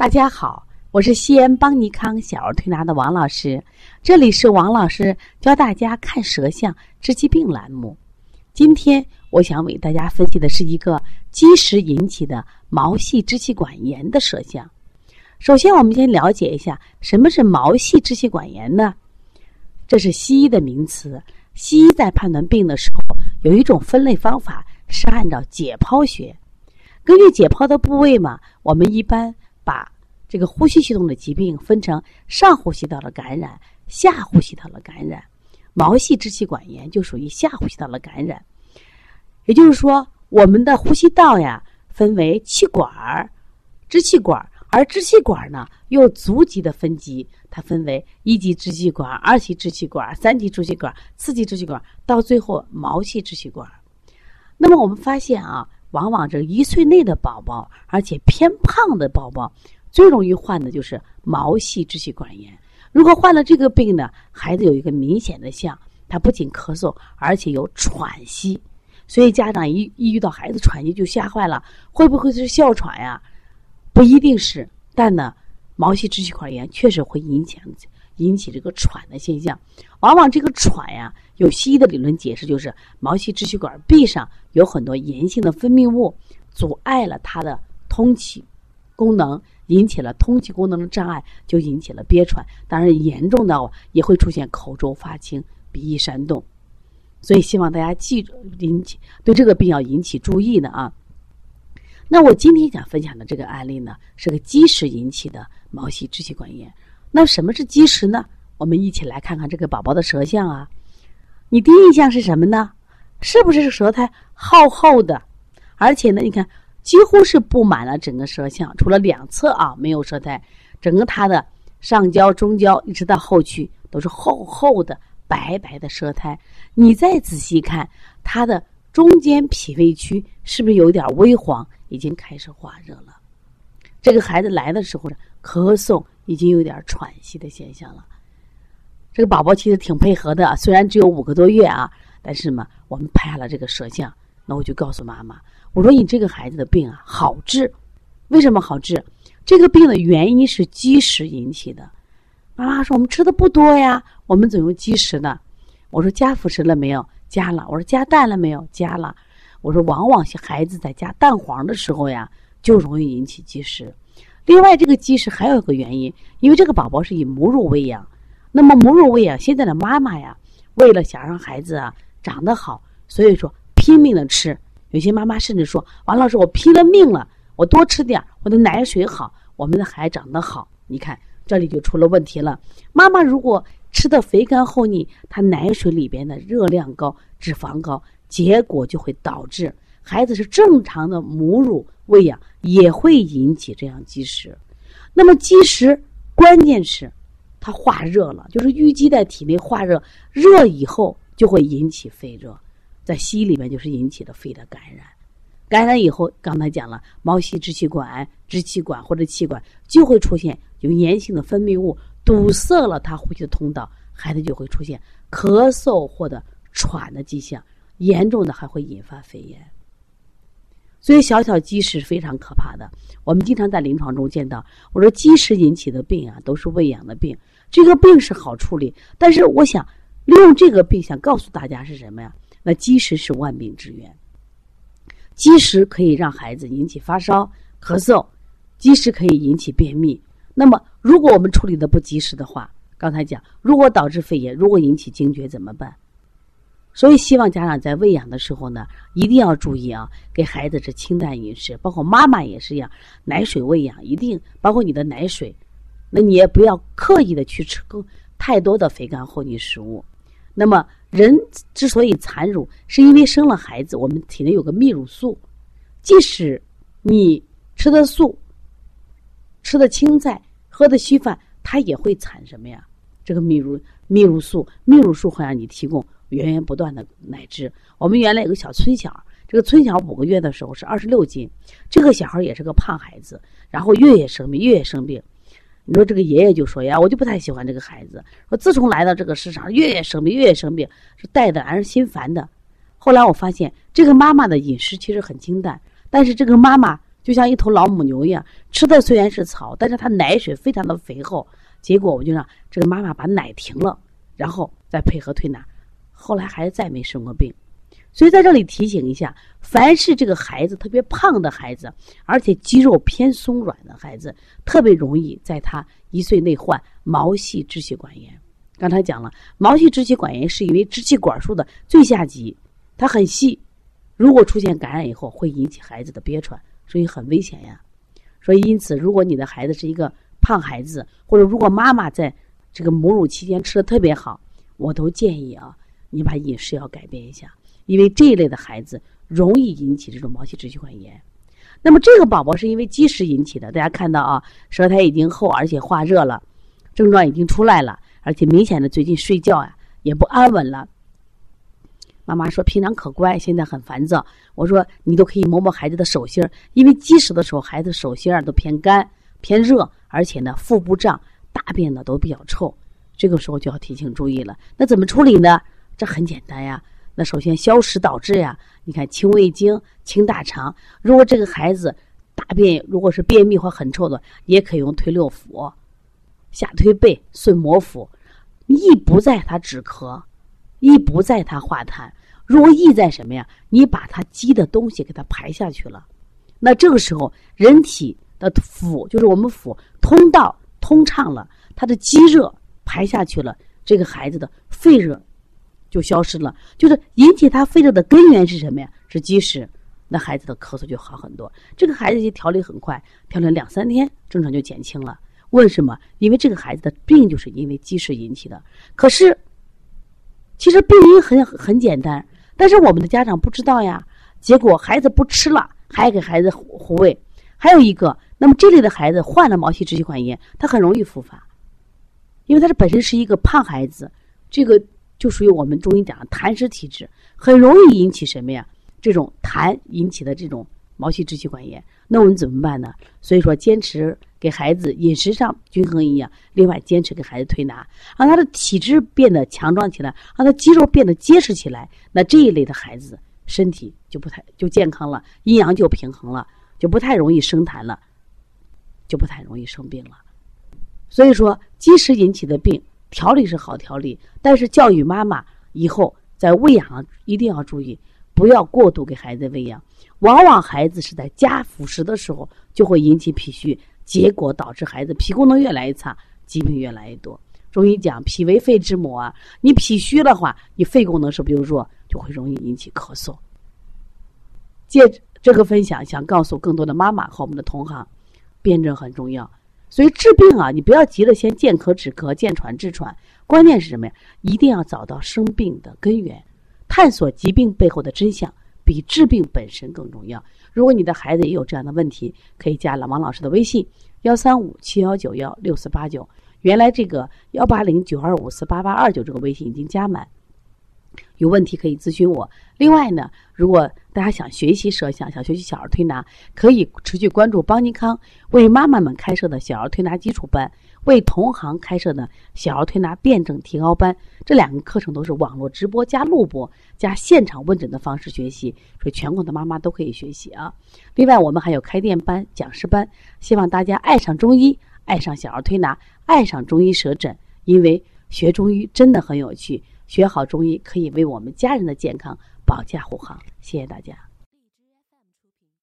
大家好，我是西安邦尼康小儿推拿的王老师，这里是王老师教大家看舌象治疾病栏目。今天我想为大家分析的是一个积食引起的毛细支气管炎的舌象。首先我们先了解一下什么是毛细支气管炎呢？这是西医的名词，西医在判断病的时候有一种分类方法是按照解剖学，根据解剖的部位嘛，我们一般把这个呼吸系统的疾病分成上呼吸道的感染、下呼吸道的感染。毛细支气管炎就属于下呼吸道的感染。也就是说，我们的呼吸道呀分为气管、支气管，而支气管呢又足级的分级，它分为一级支气管、二级支气管、三级支气管、四级支气管，到最后毛细支气管。那么我们发现啊，往往这1岁内的宝宝，而且偏胖的宝宝，最容易患的就是毛细支气管炎。如果患了这个病呢，孩子有一个明显的象，他不仅咳嗽，而且有喘息。所以家长一遇到孩子喘息就吓坏了，会不会是哮喘呀？不一定是，但呢，毛细支气管炎确实会引起这个喘的现象。往往这个喘呀，有西医的理论解释，就是毛细支气管壁上有很多炎性的分泌物，阻碍了它的通气功能，引起了通气功能的障碍，就引起了憋喘。当然严重的也会出现口臭发青、鼻翼煽动。所以希望大家记住，对这个病要引起注意的啊。那我今天想分享的这个案例呢，是个积食引起的毛细支气管炎。那什么是积食呢？我们一起来看看这个宝宝的舌象啊。你第一印象是什么呢？是不是舌苔厚厚的，而且呢，你看几乎是布满了整个舌象，除了两侧啊没有舌苔，整个它的上焦、中焦一直到后区都是厚厚的白白的舌苔。你再仔细看它的中间脾胃区，是不是有点微黄，已经开始化热了？这个孩子来的时候呢，咳嗽已经有点喘息的现象了。这个宝宝其实挺配合的，虽然只有5个多月啊，但是嘛，我们拍下了这个舌象，那我就告诉妈妈，我说你这个孩子的病啊好治。为什么好治？这个病的原因是积食引起的。妈妈说我们吃的不多呀，我们怎么有积食呢？我说加辅食了没有？加了。我说加蛋了没有？加了。我说往往孩子在加蛋黄的时候呀，就容易引起积食。另外这个积食还有一个原因，因为这个宝宝是以母乳喂养，那么母乳喂养，现在的妈妈呀，为了想让孩子啊长得好，所以说拼命的吃。有些妈妈甚至说，王老师我拼了命了，我多吃点，我的奶水好，我们的孩子长得好。你看这里就出了问题了。妈妈如果吃的肥甘厚腻，它奶水里边的热量高、脂肪高，结果就会导致孩子是正常的母乳喂养也会引起这样积食。那么积食关键是它化热了，就是淤积在体内化热，热以后就会引起肺热，在西医里面就是引起了肺的感染。感染以后，刚才讲了，毛细支气管、支气管或者气管就会出现有炎性的分泌物堵塞了他呼吸的通道，孩子就会出现咳嗽或者喘的迹象，严重的还会引发肺炎。所以小小积食非常可怕的，我们经常在临床中见到。我说积食引起的病啊，都是喂养的病，这个病是好处理，但是我想利用这个病想告诉大家是什么呀？那积食是万病之源。积食可以让孩子引起发烧、咳嗽，积食可以引起便秘。那么如果我们处理的不及时的话，刚才讲如果导致肺炎，如果引起惊厥怎么办？所以希望家长在喂养的时候呢，一定要注意啊，给孩子是清淡饮食，包括妈妈也是一样，奶水喂养一定包括你的奶水，那你也不要刻意的去吃太多的肥甘厚腻食物。那么人之所以产乳，是因为生了孩子，我们体内有个泌乳素，即使你吃的素、吃的青菜、喝的稀饭，它也会产什么呀？这个泌乳素，泌乳素会让你提供源源不断的奶汁。我们原来有个小村小，这个村小5个月的时候是26斤，这个小孩也是个胖孩子，然后月生病。你说这个爷爷就说呀，我就不太喜欢这个孩子，说自从来到这个市场，月生病，是带的让人心烦的。后来我发现这个妈妈的饮食其实很清淡，但是这个妈妈就像一头老母牛一样，吃的虽然是草，但是它奶水非常的肥厚。结果我就让这个妈妈把奶停了，然后再配合推拿，后来孩子再没生过病。所以在这里提醒一下，凡是这个孩子特别胖的孩子，而且肌肉偏松软的孩子，特别容易在他1岁内患毛细支气管炎。刚才讲了，毛细支气管炎是因为支气管束的最下级，它很细，如果出现感染以后会引起孩子的憋喘，所以很危险呀。所以因此，如果你的孩子是一个胖孩子，或者如果妈妈在这个母乳期间吃的特别好，我都建议啊，你把饮食要改变一下，因为这一类的孩子容易引起这种毛细支气管炎。那么这个宝宝是因为积食引起的，大家看到啊，舌苔已经厚，而且化热了，症状已经出来了，而且明显的最近睡觉啊也不安稳了。妈妈说平常可乖，现在很烦躁。我说你都可以摸摸孩子的手心，因为积食的时候孩子手心都偏干偏热，而且呢腹部胀，大便呢都比较臭，这个时候就要提醒注意了。那怎么处理呢？这很简单呀。那首先消食导滞呀，你看清胃经、清大肠。如果这个孩子大便如果是便秘或很臭的，也可以用推六腑、下推背、顺摩腹。意不在他止咳，意不在他化痰，如果意在什么呀？你把他积的东西给他排下去了，那这个时候人体的腑，就是我们腑通道通畅了，他的积热排下去了，这个孩子的肺热就消失了。就是引起他肺热的根源是什么呀？是积食，那孩子的咳嗽就好很多。这个孩子调理很快，调理2-3天症状就减轻了。为什么？因为这个孩子的病就是因为积食引起的。可是其实病因很简单，但是我们的家长不知道呀，结果孩子不吃了，还给孩子糊胃。还有一个，那么这类的孩子患了毛细支气管炎，他很容易复发，因为他是本身是一个胖孩子，这个就属于我们中医讲的痰湿体质，很容易引起什么呀？这种痰引起的这种毛细支气管炎。那我们怎么办呢？所以说坚持给孩子饮食上均衡营养，另外坚持给孩子推拿，让他的体质变得强壮起来，让他肌肉变得结实起来，那这一类的孩子身体就健康了，阴阳就平衡了，就不太容易生痰了，就不太容易生病了。所以说积食引起的病调理是好调理，但是教育妈妈以后在喂养上一定要注意，不要过度给孩子喂养。往往孩子是在加辅食的时候就会引起脾虚，结果导致孩子脾功能越来越差，疾病越来越多。中医讲脾为肺之母啊，你脾虚的话，你肺功能是不是就弱，就会容易引起咳嗽。借这个分享，想告诉更多的妈妈和我们的同行，辩证很重要。所以治病啊，你不要急着先见咳止咳，见喘治喘，关键是什么呀？一定要找到生病的根源，探索疾病背后的真相，比治病本身更重要。如果你的孩子也有这样的问题，可以加王老师的微信13571916489，原来这个18092548829这个微信已经加满，有问题可以咨询我。另外呢，如果大家想学习舌象，想学习小儿推拿，可以持续关注邦尼康为妈妈们开设的小儿推拿基础班，为同行开设的小儿推拿辩证提高班。这2个课程都是网络直播加录播加现场问诊的方式学习，所以全国的妈妈都可以学习啊。另外我们还有开店班、讲师班，希望大家爱上中医，爱上小儿推拿，爱上中医舌诊，因为学中医真的很有趣，学好中医可以为我们家人的健康保驾护航。谢谢大家。